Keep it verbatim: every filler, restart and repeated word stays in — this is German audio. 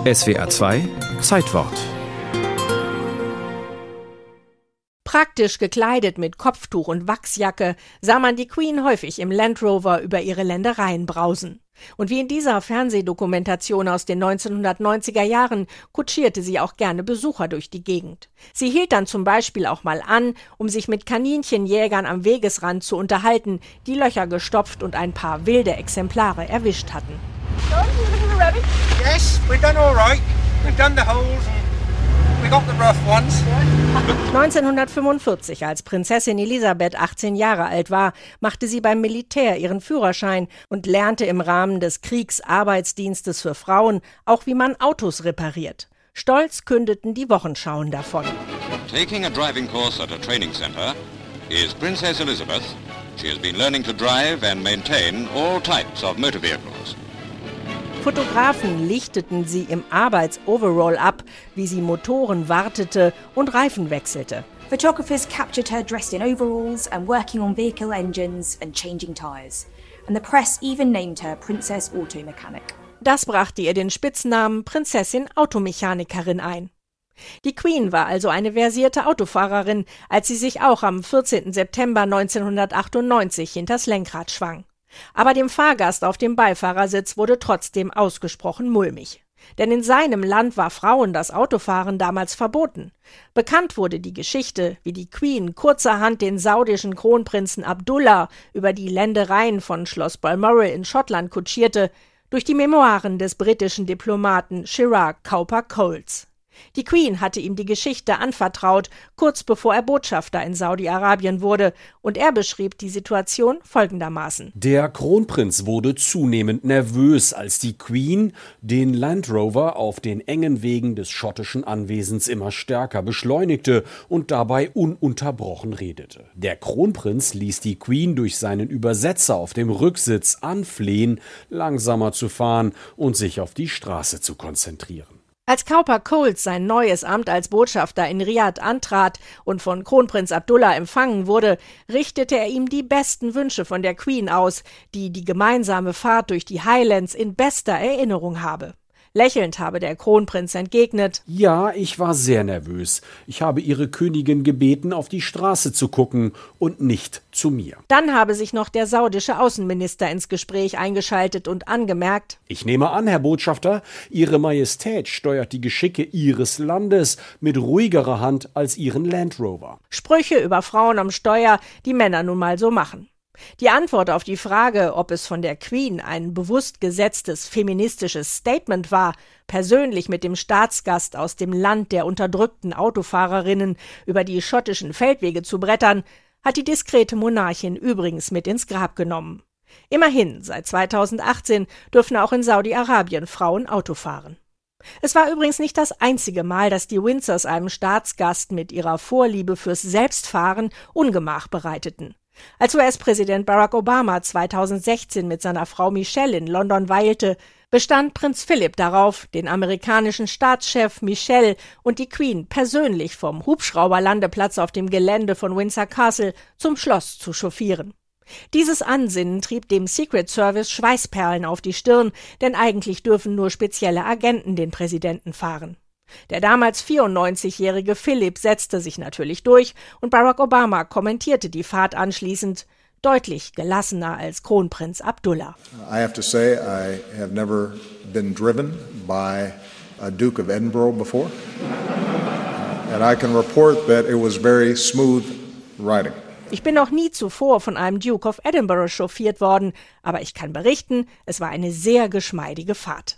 S W R zwei Zeitwort. Praktisch gekleidet mit Kopftuch und Wachsjacke sah man die Queen häufig im Land Rover über ihre Ländereien brausen. Und wie in dieser Fernsehdokumentation aus den neunzehnhundertneunziger Jahren kutschierte sie auch gerne Besucher durch die Gegend. Sie hielt dann zum Beispiel auch mal an, um sich mit Kaninchenjägern am Wegesrand zu unterhalten, die Löcher gestopft und ein paar wilde Exemplare erwischt hatten. Yes, we've done all right. We've done the holes and we got the rough ones. neunzehnhundertfünfundvierzig, als Prinzessin Elisabeth achtzehn Jahre alt war, machte sie beim Militär ihren Führerschein und lernte im Rahmen des Kriegsarbeitsdienstes für Frauen auch, wie man Autos repariert. Stolz kündeten die Wochenschauen davon. Taking a driving course at a training center is Princess Elizabeth. She has been learning to drive and maintain all types of motor vehicles. Fotografen lichteten sie im Arbeitsoverall ab, wie sie Motoren wartete und Reifen wechselte. Photographers captured her dressed in overalls and working on vehicle engines and changing tyres. And the press even named her Princess Automechanic. Das brachte ihr den Spitznamen Prinzessin Automechanikerin ein. Die Queen war also eine versierte Autofahrerin, als sie sich auch am vierzehnten September neunzehnhundertachtundneunzig hinters Lenkrad schwang. Aber dem Fahrgast auf dem Beifahrersitz wurde trotzdem ausgesprochen mulmig. Denn in seinem Land war Frauen das Autofahren damals verboten. Bekannt wurde die Geschichte, wie die Queen kurzerhand den saudischen Kronprinzen Abdullah über die Ländereien von Schloss Balmoral in Schottland kutschierte, durch die Memoiren des britischen Diplomaten Chirac Cowper-Coles. Die Queen hatte ihm die Geschichte anvertraut, kurz bevor er Botschafter in Saudi-Arabien wurde, und er beschrieb die Situation folgendermaßen. Der Kronprinz wurde zunehmend nervös, als die Queen den Land Rover auf den engen Wegen des schottischen Anwesens immer stärker beschleunigte und dabei ununterbrochen redete. Der Kronprinz ließ die Queen durch seinen Übersetzer auf dem Rücksitz anflehen, langsamer zu fahren und sich auf die Straße zu konzentrieren. Als Cowper-Coles sein neues Amt als Botschafter in Riad antrat und von Kronprinz Abdullah empfangen wurde, richtete er ihm die besten Wünsche von der Queen aus, die die gemeinsame Fahrt durch die Highlands in bester Erinnerung habe. Lächelnd habe der Kronprinz entgegnet: Ja, ich war sehr nervös. Ich habe Ihre Königin gebeten, auf die Straße zu gucken und nicht zu mir. Dann habe sich noch der saudische Außenminister ins Gespräch eingeschaltet und angemerkt: Ich nehme an, Herr Botschafter, Ihre Majestät steuert die Geschicke Ihres Landes mit ruhigerer Hand als Ihren Land Rover. Sprüche über Frauen am Steuer, die Männer nun mal so machen. Die Antwort auf die Frage, ob es von der Queen ein bewusst gesetztes feministisches Statement war, persönlich mit dem Staatsgast aus dem Land der unterdrückten Autofahrerinnen über die schottischen Feldwege zu brettern, hat die diskrete Monarchin übrigens mit ins Grab genommen. Immerhin, seit zweitausendachtzehn dürfen auch in Saudi-Arabien Frauen Auto fahren. Es war übrigens nicht das einzige Mal, dass die Windsors einem Staatsgast mit ihrer Vorliebe fürs Selbstfahren Ungemach bereiteten. Als U S-Präsident Barack Obama zweitausendsechzehn mit seiner Frau Michelle in London weilte, bestand Prinz Philipp darauf, den amerikanischen Staatschef Michelle und die Queen persönlich vom Hubschrauberlandeplatz auf dem Gelände von Windsor Castle zum Schloss zu chauffieren. Dieses Ansinnen trieb dem Secret Service Schweißperlen auf die Stirn, denn eigentlich dürfen nur spezielle Agenten den Präsidenten fahren. Der damals vierundneunzigjährige Philipp setzte sich natürlich durch und Barack Obama kommentierte die Fahrt anschließend deutlich gelassener als Kronprinz Abdullah. I have to say I have never been driven by a Duke of Edinburgh before. And I can report that it was very smooth riding. Ich bin noch nie zuvor von einem Duke of Edinburgh chauffiert worden, aber ich kann berichten, es war eine sehr geschmeidige Fahrt.